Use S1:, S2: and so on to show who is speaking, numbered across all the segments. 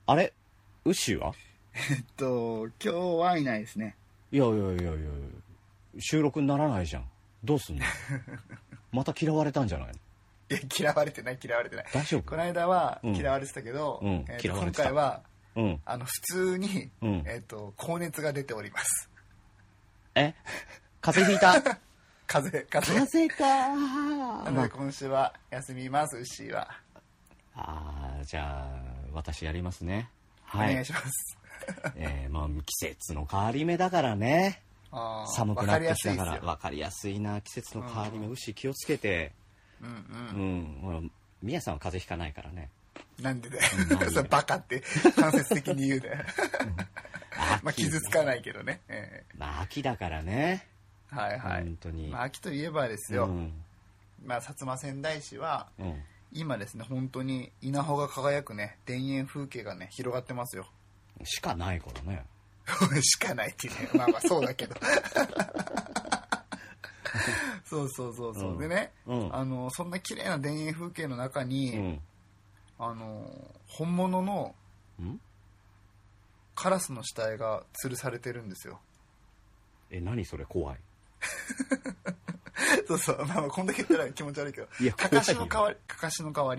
S1: あれウッシーは？
S2: 今日はいないですね。
S1: いや収録にならないじゃん。どうすんの？また嫌われたんじゃないの？
S2: いや、嫌われてない。
S1: 大丈夫？
S2: この間は嫌われてたけど、今回は、普通に、高熱が出ております。
S1: 風邪ひいた？
S2: 風邪か。なので今週は休みます、ウッシーは。
S1: じゃあ私やりますね。
S2: はい、お願いします。
S1: 季節の変わり目だからね。寒くなってきたから分かりやすいな。季節の変わり目、ウッシー気をつけて。みやさんは風邪ひかないからね。
S2: なんでだよ。それバカって間接的に言うだよ。傷つかないけどね。
S1: 秋だからね。
S2: はいはい。
S1: 本当に。
S2: 秋といえばですよ。薩摩川内市は、今ですね、本当に稲穂が輝くね、田園風景がね、広がってますよ。
S1: しかないからね。
S2: しかないっていうね。そうだけど。そう。でね、そんな綺麗な田園風景の中に、本物のカラスの死体が吊るされてるんですよ。
S1: 何それ、怖い。
S2: そう、こんだけ言ったら気持ち悪いけど、かかしの代わり。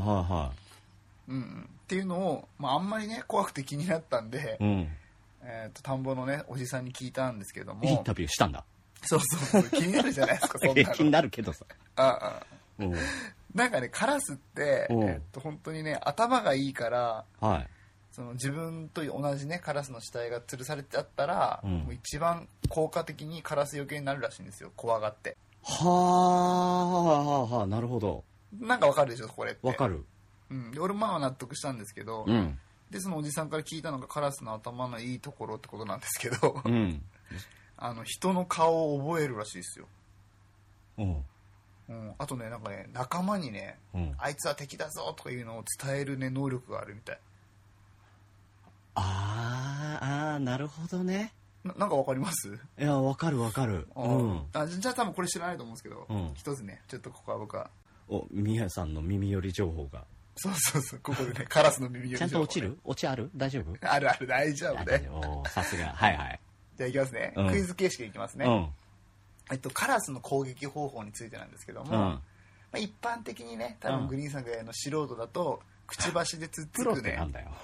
S2: っていうのを、あんまりね、怖くて気になったんで、田んぼのね、おじさんに聞いたんですけども。
S1: インタビューしたんだ。
S2: そう気になるじゃないですか、そんなの。
S1: 気になるけどさ。
S2: なんかね、カラスって、本当にね、頭がいいから、その自分と同じね、カラスの死体が吊るされてあったら、もう一番効果的にカラスよけになるらしいんですよ、怖がって。
S1: なるほど。
S2: なんかわかるでしょ、これって。
S1: わかる。
S2: で俺も納得したんですけど、で、そのおじさんから聞いたのがカラスの頭のいいところってことなんですけど、人の顔を覚えるらしいですよ。あとね、なんかね、仲間にね、あいつは敵だぞとかいうのを伝えるね、能力があるみたい。
S1: なるほどね。
S2: なんかわかります？
S1: いや、わかる。
S2: じゃあ多分これ知らないと思うんですけど、一つね、ちょっとここは僕は。
S1: みやさんの耳寄り情報が。
S2: そう、ここでね、カラスの耳寄り情報。
S1: ちゃんと落ちる？落ちある？大丈夫？
S2: ある、大丈夫ね。
S1: さすが。はい。
S2: じゃあいきますね。クイズ形式でいきますね。カラスの攻撃方法についてなんですけども、一般的にね、多分グリーンさんぐらいの素人だと、くちばしでつっつくね。プ
S1: ロってなんだよ。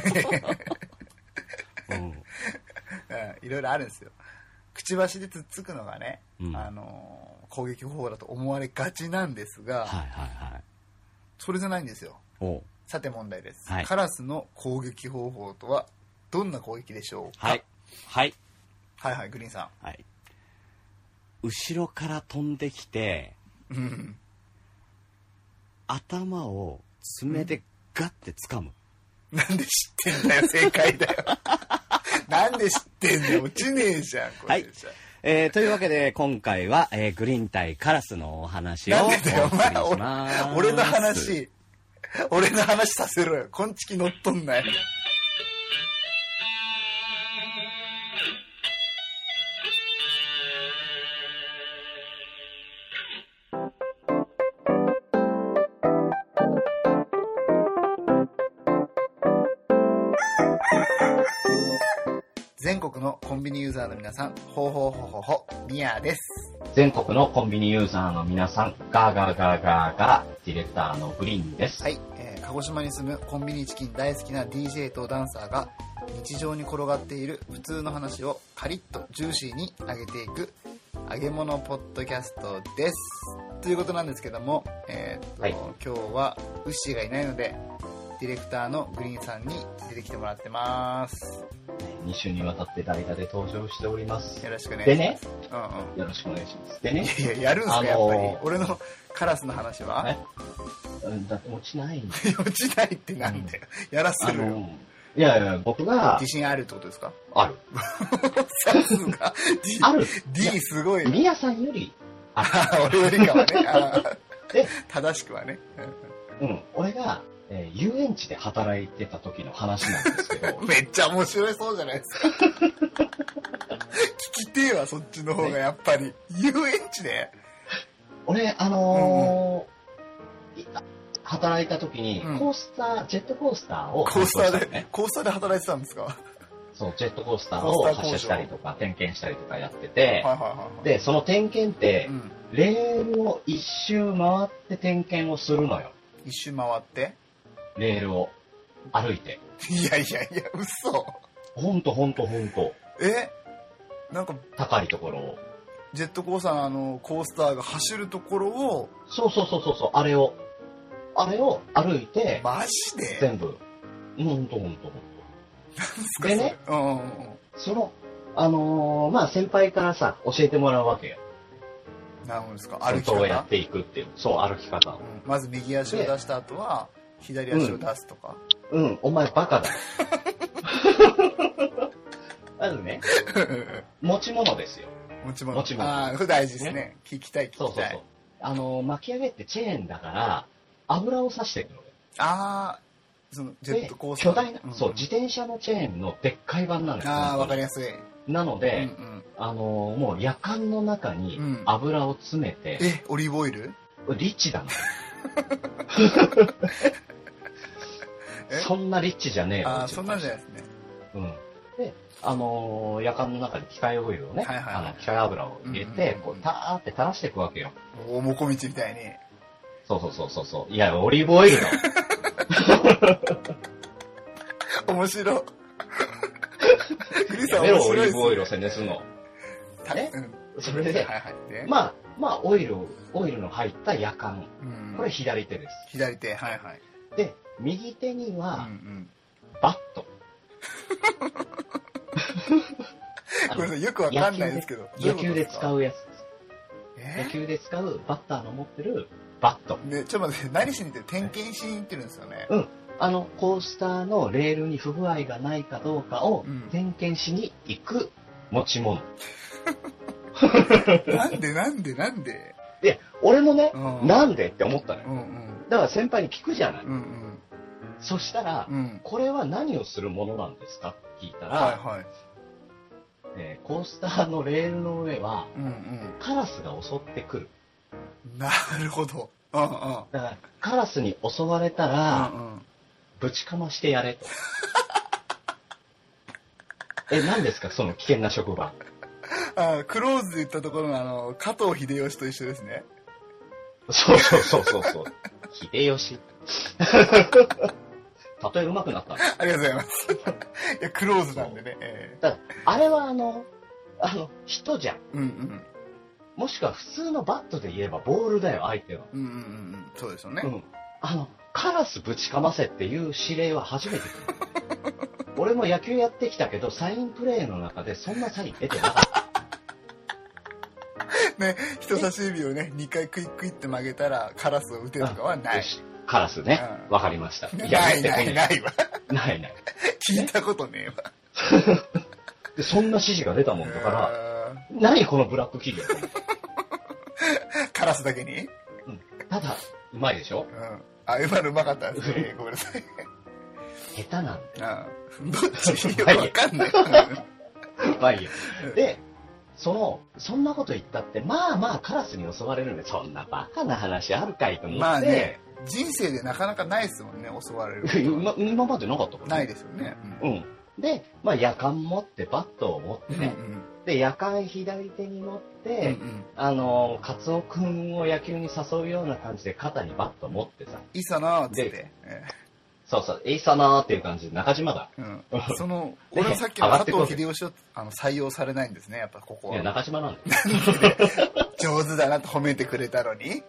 S2: いろいろあるんですよ。くちばしでつっつくのがね、攻撃方法だと思われがちなんですが、それじゃないんですよ。さて問題です。カラスの攻撃方法とはどんな攻撃でしょうか？はい、グリーンさん。
S1: 後ろから飛んできて、頭を爪でガッて掴む。
S2: なんで知ってんだよ、正解だよ。なんで知ってんだよ、落ちねえじゃん、これじゃ。
S1: というわけで今回は、グリーン対カラスのお話をお送りします。
S2: 俺の話させろよ。こんちき乗っとんなよ。全国のコンビニユーザーの皆さん、ミヤです。
S1: 全国のコンビニユーザーの皆さん、ガーガー、ディレクターのグリーンです。
S2: はい、鹿児島に住むコンビニチキン大好きな DJ とダンサーが日常に転がっている普通の話をカリッとジューシーに揚げていく揚げ物ポッドキャストです。ということなんですけども、今日はウッシーがいないので、ディレクターのグリーンさんに出てきてもらってます。
S1: 2週にわたって代打で登場しております。
S2: よろしくお願いします。でね、
S1: よろしくお願いします。でね、
S2: いややるんすか、やっぱり俺のカラスの話は。
S1: だって落ちない。
S2: 落ちないってなんだよ。やらせるよ。
S1: いや僕が
S2: 自信あるってことですか？
S1: ある。
S2: さすが
S1: ある。
S2: D すごい。
S1: ミヤさんより
S2: 俺よりかはね。正しくはね。
S1: 俺が遊園地で働いてた時の話なんですけど。
S2: めっちゃ面白いそうじゃないですか。聞きてえわ、そっちの方がやっぱり。遊園地で
S1: 俺、 働いた時に、ジェットコースターを、
S2: コースターで働いてたんですか？
S1: そう、ジェットコースターを発射したりとか、点検したりとかやってて、で、その点検って、レールを一周回って点検をするのよ。
S2: 一周回って？
S1: レールを歩いて。
S2: いや、嘘。
S1: ほんと。
S2: なんか、
S1: 高いところを。
S2: ジェットコースターのコースターが走るところを。
S1: そう、あれを歩いて。
S2: マジで？
S1: 全部。ほんと。でね、その、まあ先輩からさ、教えてもらうわけよ。
S2: なるほどですか。歩き方
S1: をやっていくっていう。そう、歩き方を。
S2: まず右足を出した後は、左足を出すとか。
S1: お前バカだ。まずね、持ち物ですよ。
S2: 持ち物。ああ、大事ですね。聞きたい。
S1: そう。巻き上げってチェーンだから、油を刺していくのよ。
S2: ああ、そのジェットコースター。
S1: 巨大な、そう、自転車のチェーンのでっかい版なのよ。
S2: ああ、わかりやすい。
S1: なので、もう夜間の中に油を詰めて。
S2: オリーブオイル？
S1: リッチだな。そんなリッチじゃねえよ。
S2: ああ、そんなんじゃないですね。
S1: で、夜間の中に機械オイルをね、機械油を入れて、こう、ターって垂らしていくわけよ。
S2: もこみちみたいに。
S1: そう。いや、オリーブオイルだ。
S2: 面白い。
S1: クリスさん面白いですね。オリーブオイルを宣伝するの。それで、まあ、オイルの入った夜間。これ左手です。
S2: 左手、
S1: で、右手には、バット。
S2: これよくわかんないですけど。
S1: 野球で使うやつです。野球で使うバッターの持ってるバット。
S2: ね、ちょっと待って、何しに行ってる？点検しに行ってるんですよね。
S1: コースターのレールに不具合がないかどうかを点検しに行く持ち物。
S2: なんで
S1: いや、俺もね、なんでって思ったのよ。だから先輩に聞くじゃない。そしたら、これは何をするものなんですかって聞いたら、コースターのレールの上は、カラスが襲ってくる。
S2: なるほど。
S1: だからカラスに襲われたら、ぶちかましてやれと。何ですかその危険な職場。
S2: クローズで言ったところの加藤秀吉と一緒ですね。
S1: そう。秀吉。例え上手くなった。
S2: ありがとうございます。いや、クローズなんでね。
S1: だからあれは人じゃん。もしくは普通のバットで言えばボールだよ、相手は。
S2: そうですよね。
S1: カラスぶちかませっていう指令は初めて聞いた。俺も野球やってきたけど、サインプレーの中でそんなサイン出てなかった。
S2: ね、人差し指をね、2回クイックイって曲げたらカラスを撃てるとかはない。
S1: カラスね。わかりました。
S2: ないわ。
S1: ない。
S2: 聞いたことねえわ。
S1: で、そんな指示が出たもんだから、何このブラック企業。
S2: カラスだけに？
S1: ただ、うまいでしょ？
S2: 今のうまかったですね。ごめんなさい。
S1: 下手なんだ。
S2: どっちよくわかんない。
S1: まあいいよ。で、そんなこと言ったって、まあカラスに襲われるんで、そんなバカな話あるかいと思って。
S2: まあね、人生でなかなかないですもんね、襲われる。
S1: 今までなかったからね。
S2: ないですよね。
S1: で、まあ夜間持ってバットを持ってね。で、夜間左手に持って、カツオくんを野球に誘うような感じで肩にバット持ってさ。
S2: いいさなーって。
S1: そう、いいさなーっていう感じで中島が。
S2: 俺はさっきの加藤秀吉を採用されないんですね、やっぱここは。
S1: いや、中島なんだよ。
S2: 上手だなと褒めてくれたのに。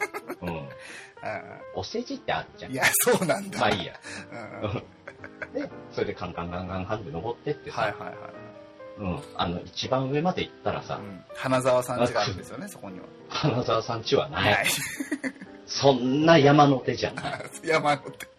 S1: お世辞ってあるじゃん。
S2: いや、そうなんだ。
S1: まあいいや。で、それでカンカンって登ってってさ。一番上まで行ったらさ。
S2: 花沢さん家があるんですよね、そこには。
S1: 花沢さん家はない。そんな山の手じゃない。
S2: 山の手。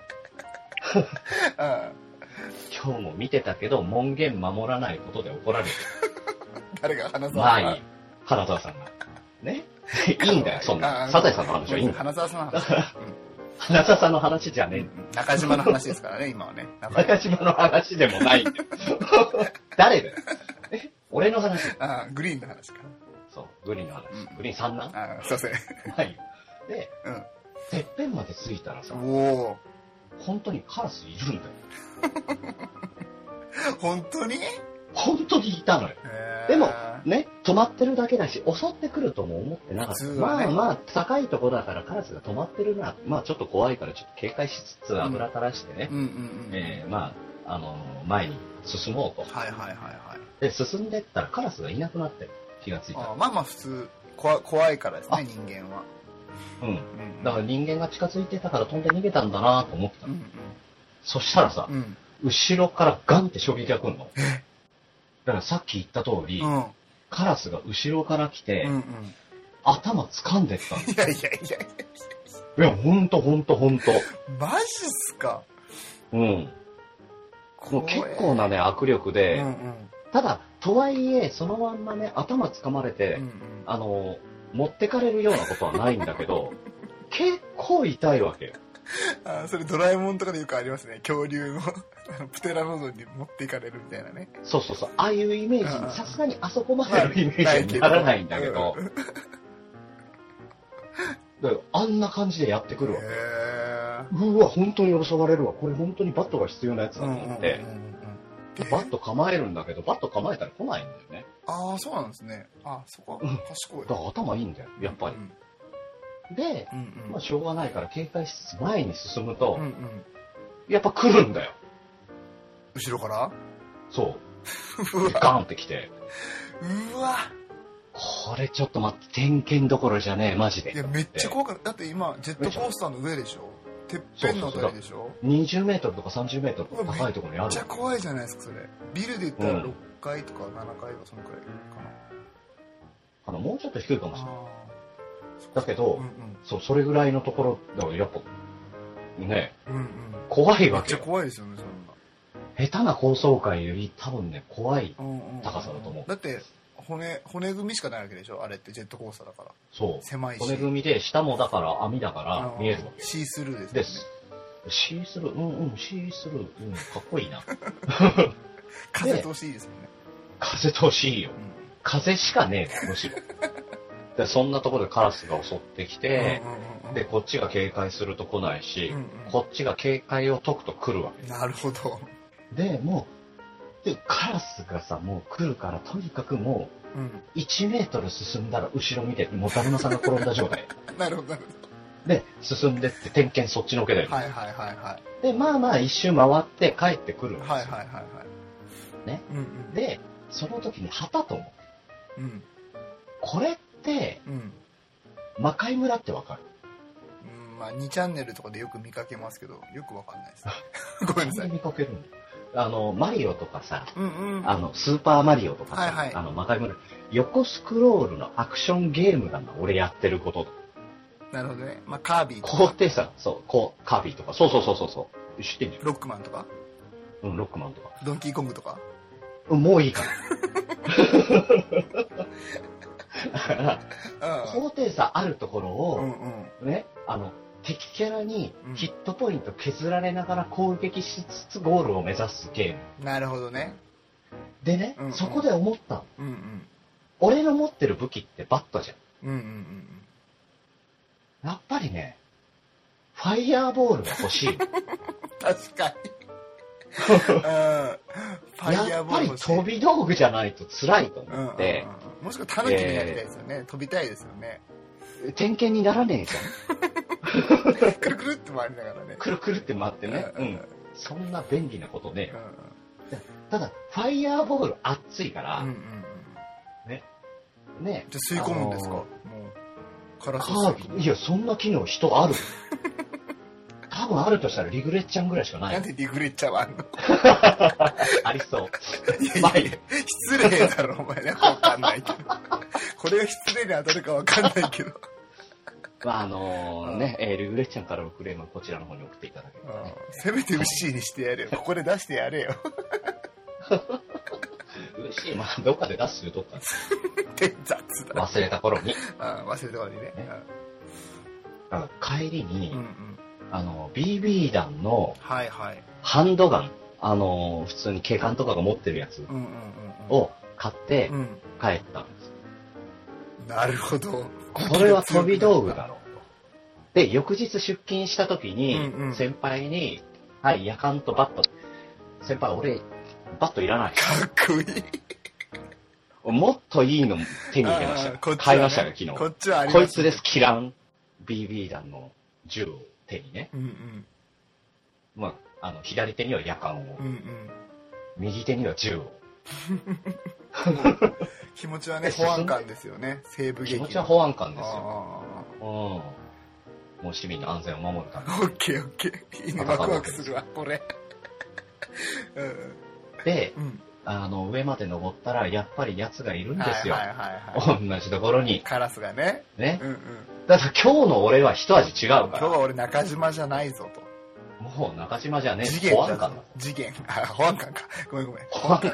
S1: 今日も見てたけど、門限守らないことで怒られてる。
S2: 誰が花沢さん？
S1: まあいい。花沢さんが。ね。いいんだよ、そんな。サザエさんの話はいいんだよ。
S2: 花沢さんの話。
S1: 花沢さんの話じゃねえ。
S2: 中島の話ですからね、今はね。
S1: 中島の話でもないんだよ。誰だよ。俺の話。
S2: グリーンの話か。
S1: そう、グリーンの話。グリーン3な。
S2: そうですね。
S1: はい。で、 てっぺんまで着いたらさ、
S2: お
S1: 本当にカラスいるんだよ。
S2: 本当に
S1: 本当にいたのよ。でも、ね、止まってるだけだし、襲ってくるとも思ってなかった。まあまあ、高いとこだからカラスが止まってるな。まあちょっと怖いからちょっと警戒しつつ油垂らしてね、まあ、前に進もうと。
S2: はいはいはいはい。
S1: で、進んでったらカラスがいなくなってる。気がついた。
S2: まあまあ普通、怖いからですね、人間は。
S1: だから人間が近づいてたから飛んで逃げたんだなと思ってたの。そしたらさ、後ろからガンって衝撃が来るの。だからさっき言った通り、カラスが後ろから来て、頭掴んでったの。いや、ほんと。
S2: マジっすか？
S1: もう結構なね、握力で、ただ、とはいえ、そのまんまね、頭掴まれて、持ってかれるようなことはないんだけど、結構痛いわけよ。
S2: それドラえもんとかでよくありますね。恐竜のプテラノドンに持っていかれるみたいなね。
S1: そう。ああいうイメージ、さすがにあそこまでのイメージにならないんだけど、あんな感じでやってくるわけ。うわ、本当に襲われるわ。これ本当にバットが必要なやつだと思って、バット構えるんだけど、バット構えたら来ないんだよね。
S2: ああ、そうなんですね。そこは賢い。
S1: だから頭いいんだよ、やっぱり。で、まあしょうがないから警戒しつつ前に進むと、やっぱ来るんだよ。
S2: 後ろから？
S1: そう。ガンって来て。
S2: うわ。
S1: これちょっと待って、点検どころじゃねえ、マジで。
S2: いや、めっちゃ怖かった。だって今、ジェットコースターの上でしょ？てっぺんのあたりでしょ
S1: ？20メートルとか30メートルとか高いところにある。
S2: めっちゃ怖いじゃないですか、それ。ビルで言ったら6階とか7階とかそのくらいかな。
S1: もうちょっと低いかもしれない。だけど、それぐらいのところ、だからやっぱ、ね、怖いわけよ。
S2: めっちゃ怖いですよね、そん
S1: な。下手な高層階より多分ね、怖い高さだと思う。
S2: だって、骨組みしかないわけでしょ、あれってジェットコースターだから。
S1: そう。
S2: 狭いし。
S1: 骨組みで、下もだから網だから見えるわけ。
S2: シースルーですね。
S1: シースルー、シースルー、かっこいいな。
S2: 風通しいいですもんね。
S1: 風通しいいよ。風しかねえ、むしろ。で、そんなところでカラスが襲ってきて、で、こっちが警戒すると来ないし、こっちが警戒を解くと来るわけ。
S2: なるほど。
S1: で、で、カラスがさ、もう来るから、とにかくもう、1メートル進んだら後ろ見て、もうだるまさんが転んだ状態。
S2: なるほど。
S1: で、進んでって点検そっちのけだよ。で、まあまあ一周回って帰ってくるんですよ。ね。で、その時に旗と思って。これって、魔界村ってわかる？
S2: まあ2チャンネルとかでよく見かけますけど、よくわかんないです。ごめんなさい。
S1: 見かけるんだ。マリオとかさ、スーパーマリオとかさ、魔界村、横スクロールのアクションゲームだな、俺やってること。
S2: なるほどね。まあカービィとか。
S1: 高低差、そう、カービィとか、そう。知ってんじゃん。
S2: ロックマンとか？
S1: ロックマンとか。
S2: ドンキーコングとか？
S1: もういいから。高低差あるところを、ね、敵キャラにヒットポイント削られながら攻撃しつつゴールを目指すゲーム。
S2: なるほどね。
S1: でね、そこで思ったの。俺の持ってる武器ってバットじゃん。やっぱりね、ファイヤーボールが欲しい。
S2: 確かに。
S1: やっぱり飛び道具じゃないと辛いと思って。
S2: もしくはタヌキになりたいですよね。飛びたいですよね。
S1: 点検にならねえじゃん。
S2: くるくるって回りながらね。
S1: くるくるって回ってね。そんな便利なことねえよ。ただ、ファイヤーボール熱いから、ね。
S2: じゃあ吸い込むんですか？もう、カラス
S1: いや、そんな機能人ある？多分あるとしたらリグレッちゃんぐらいしかない。
S2: なんでリグレッちゃんはあんの？
S1: ありそう。
S2: いや失礼だろ、お前ね。わかんないけど。これが失礼に当たるかわかんないけど。
S1: まあリグレッちゃんからのクレームはこちらの方に送っていただければね。
S2: せめてウッシーにしてやれよ。ここで出してやれよ。
S1: ウッシー、まあどっかで出すよ、どっか
S2: で。雑だ。
S1: 忘れた頃に。
S2: 忘れた頃にね。
S1: 帰りに、BB 弾のハンドガン、普通に警官とかが持ってるやつを買って帰ったんです。
S2: なるほど。
S1: これは飛び道具だろうで、翌日出勤した時に、先輩に、はい、夜間とバット。先輩、俺、バットいらない。
S2: かっこいい。
S1: もっといいの手に入れました。
S2: ね、
S1: 買いましたよ、昨日。
S2: こっちはあります、
S1: こいつです、キラン BB 弾の銃を手にね。まあ、左手には夜間を。右手には銃を。
S2: 気持ちはね、保安官ですよね。西部劇。
S1: 気持ちは保安官ですよ。もう市民の安全を守るために。
S2: オッケーオッケー。いいね、ワクワクするわ、これ。
S1: で、上まで登ったら、やっぱり奴がいるんですよ。同じところに。
S2: カラスがね。
S1: ね。だから今日の俺は一味違うから。
S2: 今日は俺中島じゃないぞと。
S1: もう中島じゃね
S2: え。保安官だ。事件。保安官か。ごめん。
S1: 保安官だった。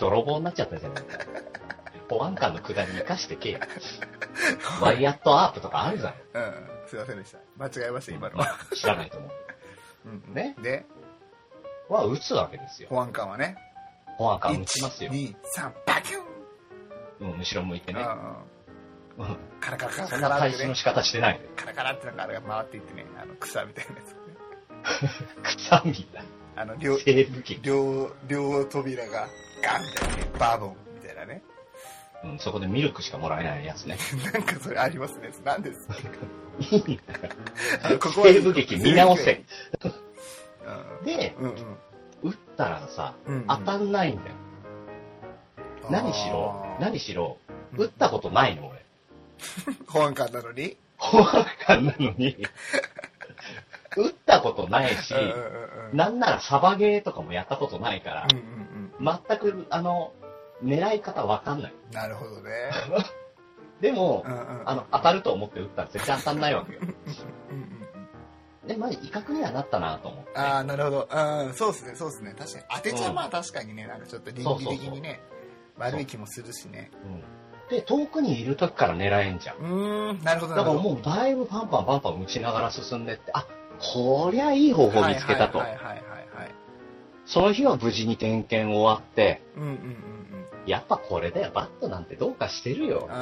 S1: 泥棒になっちゃったじゃないか。保安官のくだり生かしてけよ。ワイヤットアープとかあるじゃん。
S2: すいませんでした。間違えました、今のは。
S1: 知らないと思う。ね。では、撃つわけですよ。
S2: 保安官はね。
S1: 保安官撃ちますよ。
S2: 1、2、3、バキュ
S1: ン後ろ向いてね。
S2: カラカラカラ
S1: そんな回収の仕方してない。
S2: カラカラってなんかあれが回っていってね、草みたいなや
S1: つ。草みたいな。
S2: 両扉がガンってね、バーボンみたいなね。
S1: そこでミルクしかもらえないやつね。
S2: なんかそれありますね。何ですか
S1: いいんだよ。西部劇見直せ。で、撃ったらさ、当たんないんだよ。何しろ、撃ったことないの、俺。
S2: 保安官なのに
S1: 保安官なのに、撃ったことないし、なんならサバゲーとかもやったことないから、全く、狙い方わかんない。
S2: なるほどね。
S1: でも、当たると思って撃ったら絶対当たんないわけよ。で、まあ、威嚇にはなったなと思って。
S2: なるほど。そうですね。確かに。当てちゃまあ確かにね、なんかちょっと倫理的にね、悪い気もするしね。
S1: で、遠くにいる時から狙えんじゃ
S2: ん。なるほど。
S1: だからもうだいぶパンパン打ちながら進んでって、こりゃいい方法見つけたと。その日は無事に点検終わって、やっぱこれだよ、バットなんてどうかしてるよ。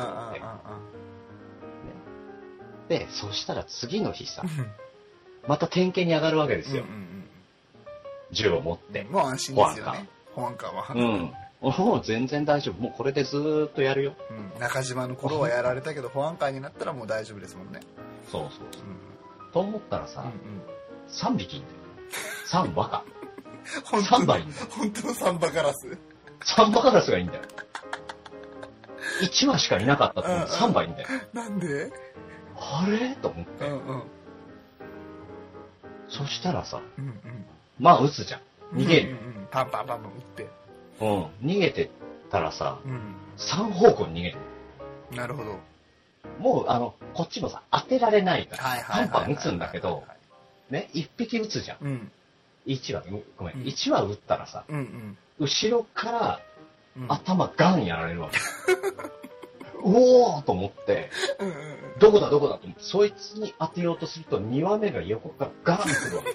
S1: で、そしたら次の日さ、また点検に上がるわけですよ。銃を持って。
S2: もう安心ですよね。保安官は。
S1: もう全然大丈夫。もうこれでずーっとやるよ。
S2: 中島の頃はやられたけど、保安官になったらもう大丈夫ですもんね。
S1: そう。と思ったらさ、3匹いんだよ。3羽か。3羽いんだよ。
S2: 本当の3羽ガラス
S1: ?3 羽ガラスがいいんだよ。1羽しかいなかったって3羽いんだよ。
S2: なんで
S1: あれと思って。そしたらさ、まあ撃つじゃん。逃げる。
S2: パンパン撃って。
S1: 逃げてたらさ、3方向に逃げる。
S2: なるほど。
S1: もうこっちもさ、当てられないから、パンパン撃つんだけど、ね、1匹撃つじゃん。1羽撃ったらさ、後ろから頭ガンやられるわけ。おーと思って、どこだと思って、そいつに当てようとすると2羽目が横からガン来るわけ。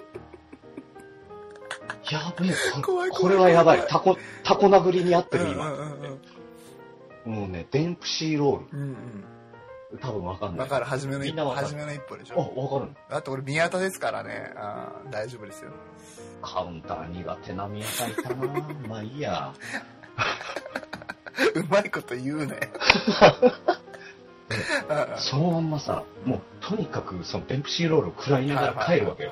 S1: やべえ、これはやばい。タコ殴りにあってる今。もうね、デンプシーロール。多分わかんない。
S2: わかる、初めの一歩でしょ。
S1: わかる。
S2: だって俺宮田ですからね、大丈夫ですよ。
S1: カウンター苦手な宮田いたなまあいいや。
S2: うまいこと言うね。
S1: そのまんまさ、もうとにかくそのデンプシーロールを食らいながら帰るわけよ。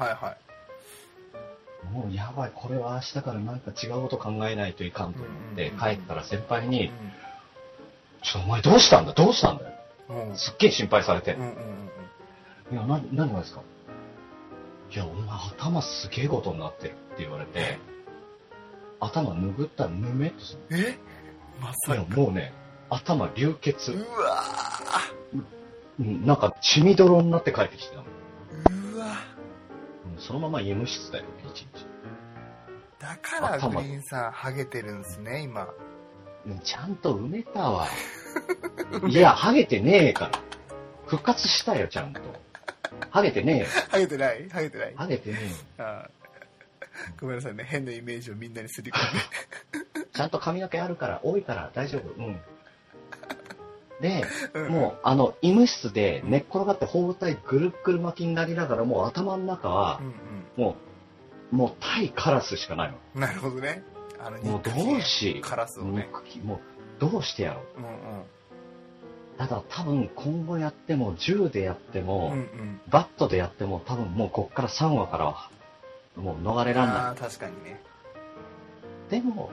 S1: もうやばい、これは明日からなんか違うこと考えないといかんと思って帰ったら先輩に、ちょっとお前どうしたんだよ。すっげえ心配されて。いや、何がですか？いや、お前頭すげえことになってるって言われて、頭拭ったらぬめっとする。
S2: まさか。
S1: もうね、頭流血。
S2: うわ
S1: なんか血みどろになって帰ってきてたの。
S2: うわ
S1: そのまま医務室だよ、一日。
S2: だからグリーンさん、ハゲてるんですね、今。
S1: ちゃんと埋めたわ。いや、ハゲてねえから。復活したよ、ちゃんと。ハゲてねえよ。
S2: ハゲてない
S1: ハゲてねえよ。
S2: ごめんなさいね、変なイメージをみんなにすり込んで。
S1: ちゃんと髪の毛あるから、多いから大丈夫。 で、もう医務室で寝っ転がって包帯ぐるっぐる巻きになりながら、もう頭の中は、もう対カラスしかないの。
S2: なるほどね。
S1: もうどうし、
S2: カラスをね。
S1: もうどうしてやろう。ただ多分今後やっても、銃でやっても、バットでやっても、多分もうこっから3話からは、もう逃れらんない。
S2: ああ、確かにね。
S1: でも、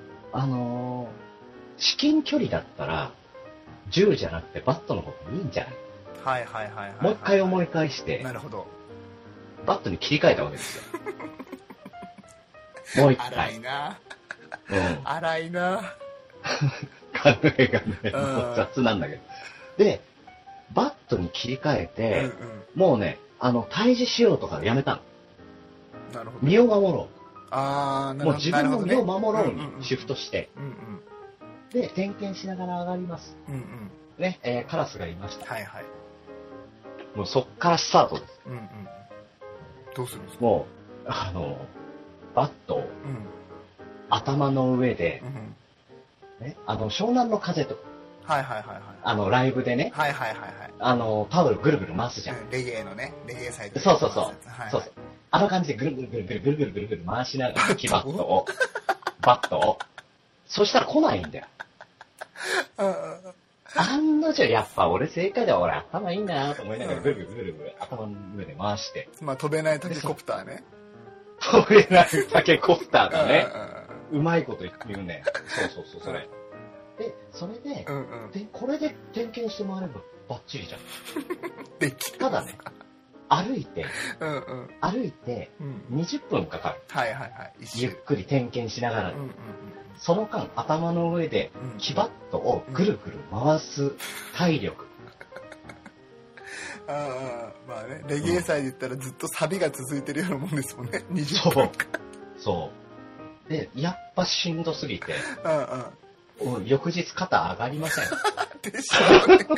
S1: 至近距離だったら、銃じゃなくてバットの方がいいんじゃない？
S2: はいはいはいはい。
S1: もう一回思い返して、
S2: なるほど。
S1: バットに切り替えたわけですよ。もう一回。
S2: 荒いな。荒いな。
S1: 考えがね、もう雑なんだけど。で、バットに切り替えて、もうね、退治しようとかやめたの。
S2: なるほど。
S1: 身を守ろう。
S2: ああ、なるほど。
S1: もう自分の身を守ろうにシフトして、で、点検しながら上がります。ね、カラスがいました。
S2: はいはい。
S1: もうそっからスタートです。
S2: どうするんですか？
S1: もう、バットを、頭の上で、ね、湘南の風とか、
S2: はいはいはいはい。
S1: ライブでね、
S2: はいはいはいはい。
S1: タオルぐるぐる回すじゃん。
S2: レゲエのね、レゲエサイト。
S1: そうそうそう。そうそう。あの感じでぐるぐるぐるぐるぐるぐるぐるぐる回しながら、バットを。そしたら来ないんだよ。案の定、やっぱ俺正解だわ、俺頭いいなと思いながらぐるぐるぐるぐる頭の上で回して。
S2: まあ飛べないタケコプターね。
S1: 飛べないタケコプターだね。うまいこと言うね。そう、それ。で、それで、これで点検して回ればバッチリじゃん。
S2: でき
S1: ただね、歩いて、20分かかる。
S2: はいはいはい。
S1: ゆっくり点検しながら。その間、頭の上で、キバットをぐるぐる回す体力。
S2: まあね、レゲエ祭で言ったらずっとサビが続いてるようなもんですもんね、20分間。
S1: そう。で、やっぱしんどすぎて、翌日肩上がりません。
S2: でしょうね。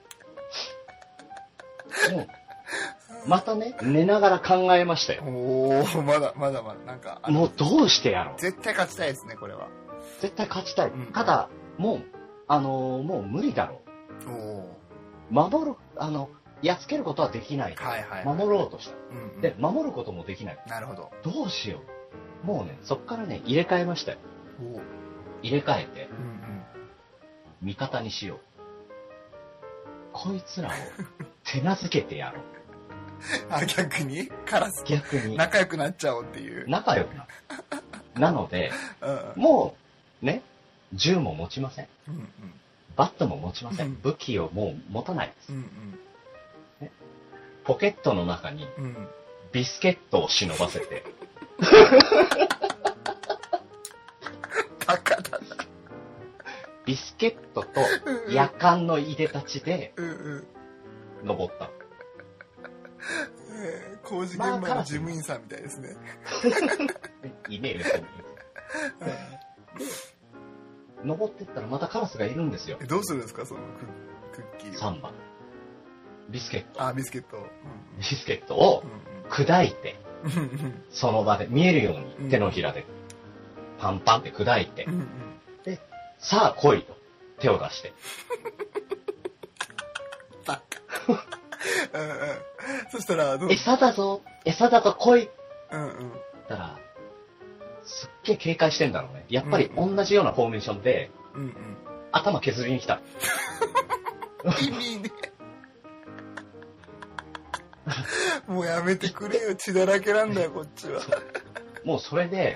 S1: もうまたね、寝ながら考えましたよ。
S2: まだ、なんか。
S1: もうどうしてやろう。
S2: 絶対勝ちたいですね、これは。
S1: 絶対勝ちたい。ただ、もう、もう無理だろう。やっつけることはできない。守ろうとした。で、守ることもできない。
S2: なるほど。
S1: どうしよう。もうね、そっからね、入れ替えましたよ。入れ替えて、味方にしよう。こいつらを手なずけてやろう。
S2: 逆にカラスと仲良くなっちゃおうっていう。
S1: 仲良くなる。なので、もう、ね、銃も持ちません。バットも持ちません。武器をもう持たないです。ね、ポケットの中に、ビスケットを忍ばせて。
S2: バカだな。
S1: ビスケットと夜間のいでたちで、登った。
S2: 工事現場の事務員さんみたいですね。
S1: いねえよ、そう登ってったらまたカラスがいるんですよ。
S2: どうするんですか、そのクッキーを。
S1: 3番。ビスケット。
S2: ビスケット。
S1: ビスケットを砕いて、その場で見えるように手のひらでパンパンって砕いて、で、さあ来いと手を出して。
S2: バカ。そしたら
S1: 餌だぞ来い。たら、すっげえ警戒してんだろうね。やっぱり同じようなフォーメーションで、頭削りに来た。
S2: 意味ね。もうやめてくれよ、血だらけなんだよ、こっちは。
S1: もうそれで、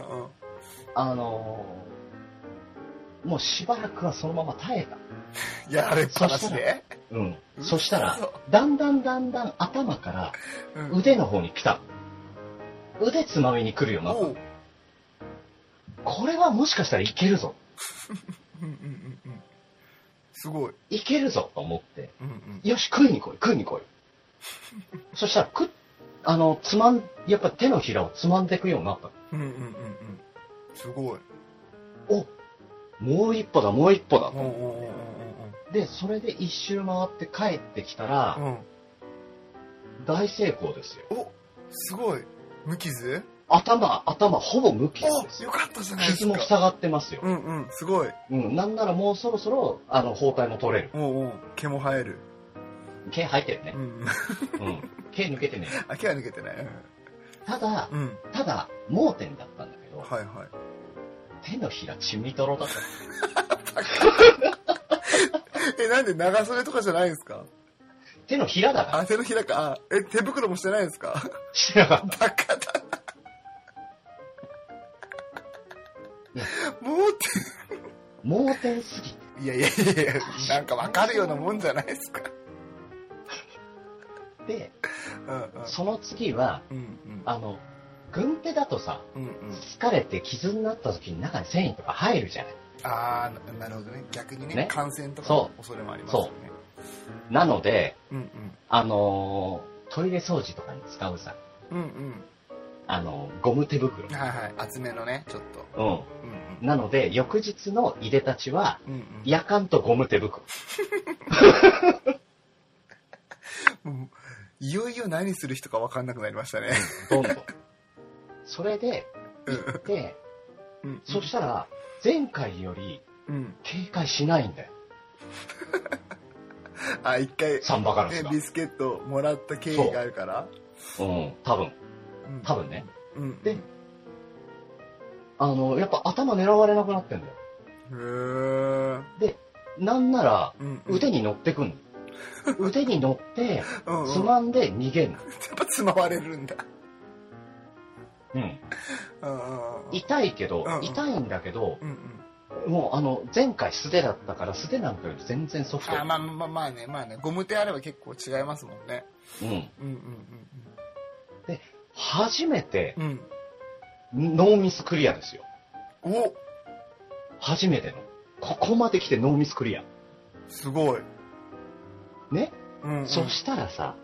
S1: もうしばらくはそのまま耐えた。
S2: やれっぱなしで？
S1: そしたら、だんだん頭から腕の方に来た。腕つまみに来るようになった。これはもしかしたらいけるぞ。
S2: すごい。
S1: いけるぞと思って、よし、食いに来い。そしたら、やっぱ手のひらをつまんでいくようになった。
S2: すごい。
S1: もう一歩だと。で、それで一周回って帰ってきたら、大成功ですよ。
S2: すごい。無傷？
S1: 頭ほぼ無傷です。
S2: よかったじゃないですか。
S1: 傷も塞がってますよ。
S2: すごい。
S1: なんならもうそろそろ、包帯も取れる。
S2: 毛も生える。
S1: 毛生えてるね。毛抜けてね。
S2: 毛は抜けてない。
S1: ただ、盲点だったんだけど、手のひら血みどろだった。
S2: なんで長袖とかじゃないんですか？
S1: 手のひらだから。
S2: 手のひらか。手袋もしてないんですか？
S1: してなかった。
S2: バカだな。
S1: 盲点すぎて。
S2: いや、なんかわかるようなもんじゃないですか。
S1: で、その次は、軍手だとさ、疲れて傷になった時に中に繊維とか入るじゃない。
S2: なるほどね。逆にね、感染とかの恐れもありますよね。
S1: なので、トイレ掃除とかに使うさ、ゴム手袋。
S2: 厚めのね、ちょっと。
S1: なので、翌日のいでたちは、夜間とゴム手袋。
S2: いよいよ何する人か分かんなくなりましたね。
S1: どんどん。それで、行って、そしたら、前回より、警戒しないんだよ。
S2: 一回、
S1: サンバガラスが。
S2: ビスケットもらった経緯があるから。
S1: 多分ね。で、やっぱ頭狙われなくなってんだよ。で、なんなら、腕に乗ってくんの。腕に乗って、つまんで逃げんの。やっ
S2: ぱつまわれるんだ。
S1: 痛いんだけど、もう前回素手だったから素手なんかより全然ソフト。
S2: まあね。ゴム手あれば結構違いますもんね。
S1: で、初めて、ノーミスクリアですよ。初めての。ここまで来てノーミスクリア。
S2: すごい。
S1: ね、そしたらさ、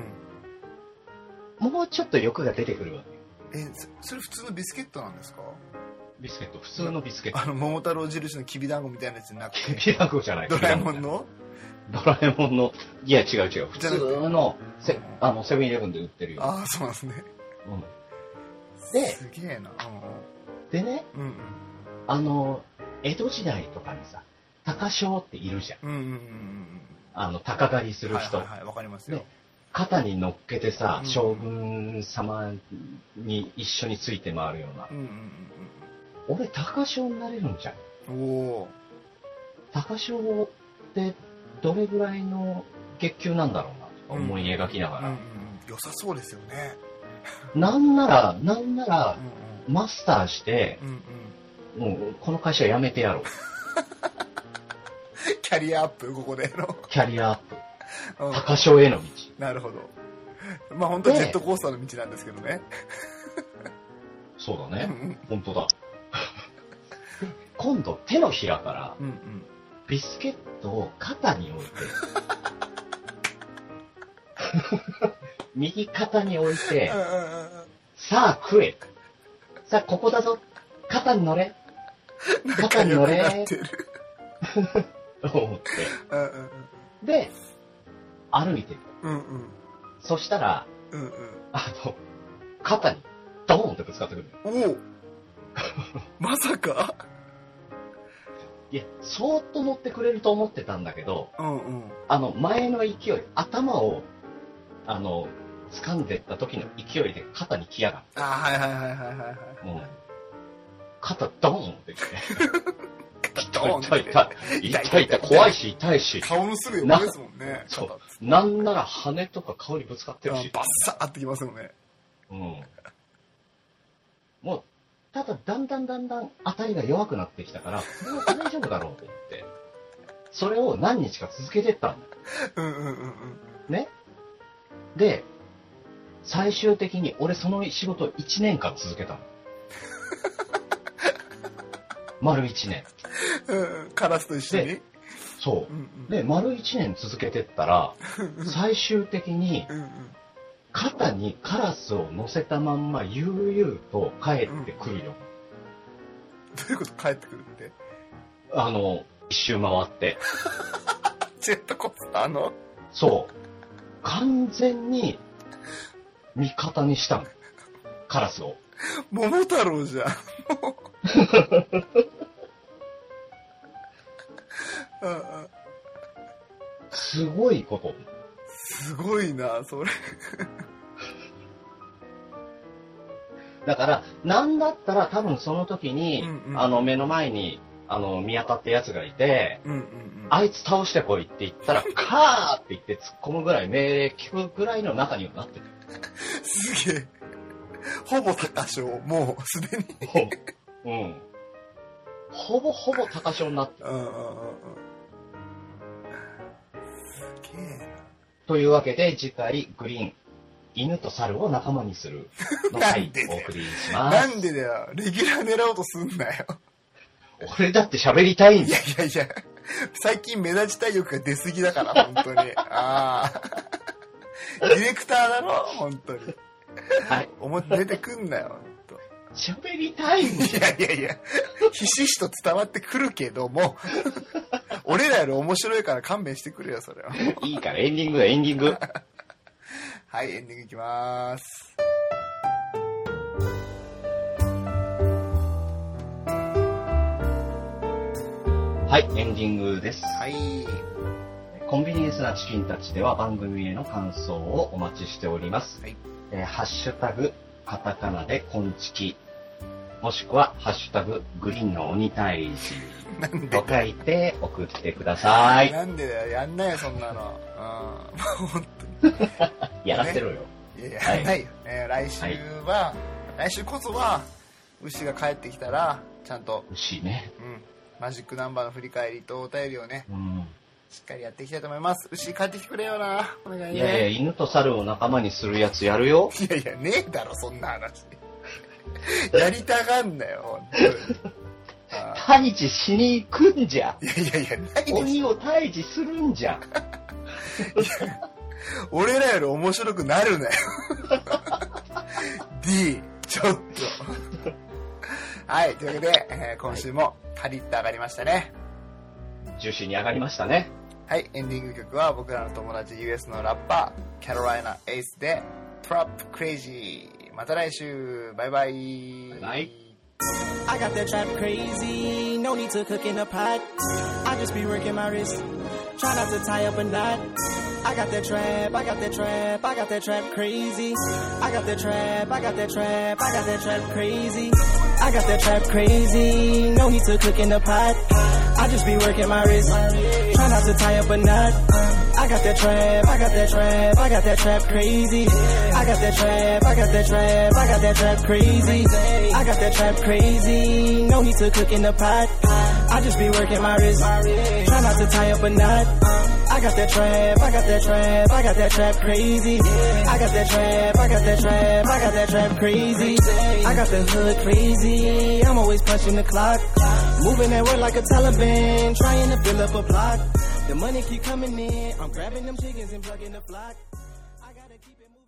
S1: もうちょっと欲が出てくるわけ。
S2: それ普通のビスケットなんですか？
S1: ビスケット、普通のビスケット。
S2: 桃太郎印のきびだんごみたいなやつじゃなくて。
S1: きびだんごじゃない。
S2: ドラえもんの？
S1: いや違う。普通のセブンイレブンで売ってるよ。
S2: そうなんですね。
S1: で、
S2: すげえな。
S1: でね、江戸時代とかにさ、高商っているじゃん。鷹狩りする人。
S2: わかりますよ。
S1: 肩に乗っけてさ、将軍様に一緒について回るような。俺、鷹商になれるんじゃん。鷹商ってどれぐらいの月給なんだろうなとか思い描きながら。
S2: 良さそうですよね。
S1: なんなら、マスターして、もうこの会社辞めてやろう。
S2: キャリアアップ、ここでの。
S1: キャリアアップ。鷹商への道。
S2: なるほど。まあ本当はジェットコースターの道なんですけどね。
S1: そうだね。本当だ。今度手のひらから、ビスケットを肩に置いて、右肩に置いて、さあ食え。さあここだぞ。肩に乗れ。肩に乗れ。と思って。で、歩いてる。そしたら、肩にドーンってぶつかってくる。
S2: まさか
S1: いや、そーっと乗ってくれると思ってたんだけど、前の勢い、頭を、掴んでった時の勢いで肩に来やがって。肩ドーンってきて。痛い、怖いし痛いし。
S2: 顔のすぐ横ですもんね。
S1: そう。なんなら羽とか顔にぶつかってるし。
S2: バッサーってきますもんね。
S1: もう、ただだんだん当たりが弱くなってきたから、これは大丈夫だろうと思って。それを何日か続けてったんだよ。ね。で、最終的に俺その仕事を1年間続けたの。丸1年。
S2: カラスと一緒に？
S1: そう。で、丸1年続けてったら、最終的に、肩にカラスを乗せたまんま悠々と帰ってくるよ。
S2: どういうこと帰ってくるって？
S1: 一周回って。
S2: ジェットコースターの？
S1: そう。完全に味方にしたの。カラスを。
S2: 桃太郎じゃん。
S1: すごいこと。
S2: すごいな、それ。
S1: だから、なんだったら多分その時に、目の前に、宮田ってやつがいて、あいつ倒してこいって言ったら、カーって言って突っ込むぐらい命令聞くぐらいの中にはなってる。
S2: すげえ。ほぼ高賞、もうすでに。
S1: うん。ほぼ高賞になってる。
S2: すげえな。
S1: というわけで、次回、グリーン、犬と猿を仲間にするの回お送りします。
S2: なんでだよ。レギュラー狙おうとすんなよ。
S1: 俺だって喋りたいんだよ。
S2: いや、最近目立ちたい欲が出すぎだから、本当に。ああ。ディレクターだろ、本当に。
S1: はい。
S2: 表出てくんなよ、本当。
S1: 喋りたいんだよ。
S2: いや、ひしひしと伝わってくるけども、俺らより面白いから勘弁してくれよ、それは。
S1: いいから、エンディングだ、エンディング。
S2: はい、エンディングいきまーす。
S1: はい、エンディングです。
S2: はい。
S1: コンビニエンスなチキンたちでは番組への感想をお待ちしております。はい。ハッシュタグ、カタカナでコンチキ、もしくはハッシュタグ、グリーンの鬼退治と書いて送ってください。
S2: なんでだよ、やんないよ、そんなの。本当に。
S1: やらせろよ。
S2: いや、やんないよ。来週こそは、牛が帰ってきたら、ちゃんと。
S1: 牛ね。
S2: マジックナンバーの振り返りとお便りをね、しっかりやっていきたいと思います。牛帰ってきてくれよな。お願いね。
S1: いや、犬と猿を仲間にするやつやるよ。
S2: いや、ねえだろ、そんな話。やりたがんなよ、本
S1: 当に。退治しに行くんじゃ。
S2: いや、ないでしょ。
S1: 鬼を退治するんじゃ。
S2: 俺らより面白くなるなよ。D、ちょっと。はい、というわけで、今週もカリッと上がりましたね。
S1: ジューシーに上がりましたね。
S2: はい、エンディング曲は僕らの友達 US のラッパー、キャロライナ・エイスで、Trap Crazy。また来週、バイバイ。
S1: バイ。
S3: I got that trap crazy, no need to cook in a pot. I just be working my wrist, try not to tie up a knot. I got that trap, I got that trap, I got that trap crazy. I got that trap, I got that trap, I got that trap crazy. I got that trap crazy, no need to cook in a pot. I just be working my wrist, try not to tie up a knot. I got that trap, I got that trap, I got that trap crazy. I got that trap, I got that trap, I got that trap crazy. I got that trap crazy, no need to cook in the pot. I just be working my wrist, try not to tie up a knot. I got that trap, I got that trap, I got that trap crazy. I got that trap, I got that trap, I got that trap crazy. I got the hood crazy, I'm always punching the clock. Moving that work like a Taliban, trying to fill up a block. The money keep coming in, I'm grabbing them chickens and plugging the flock. I gotta keep it moving.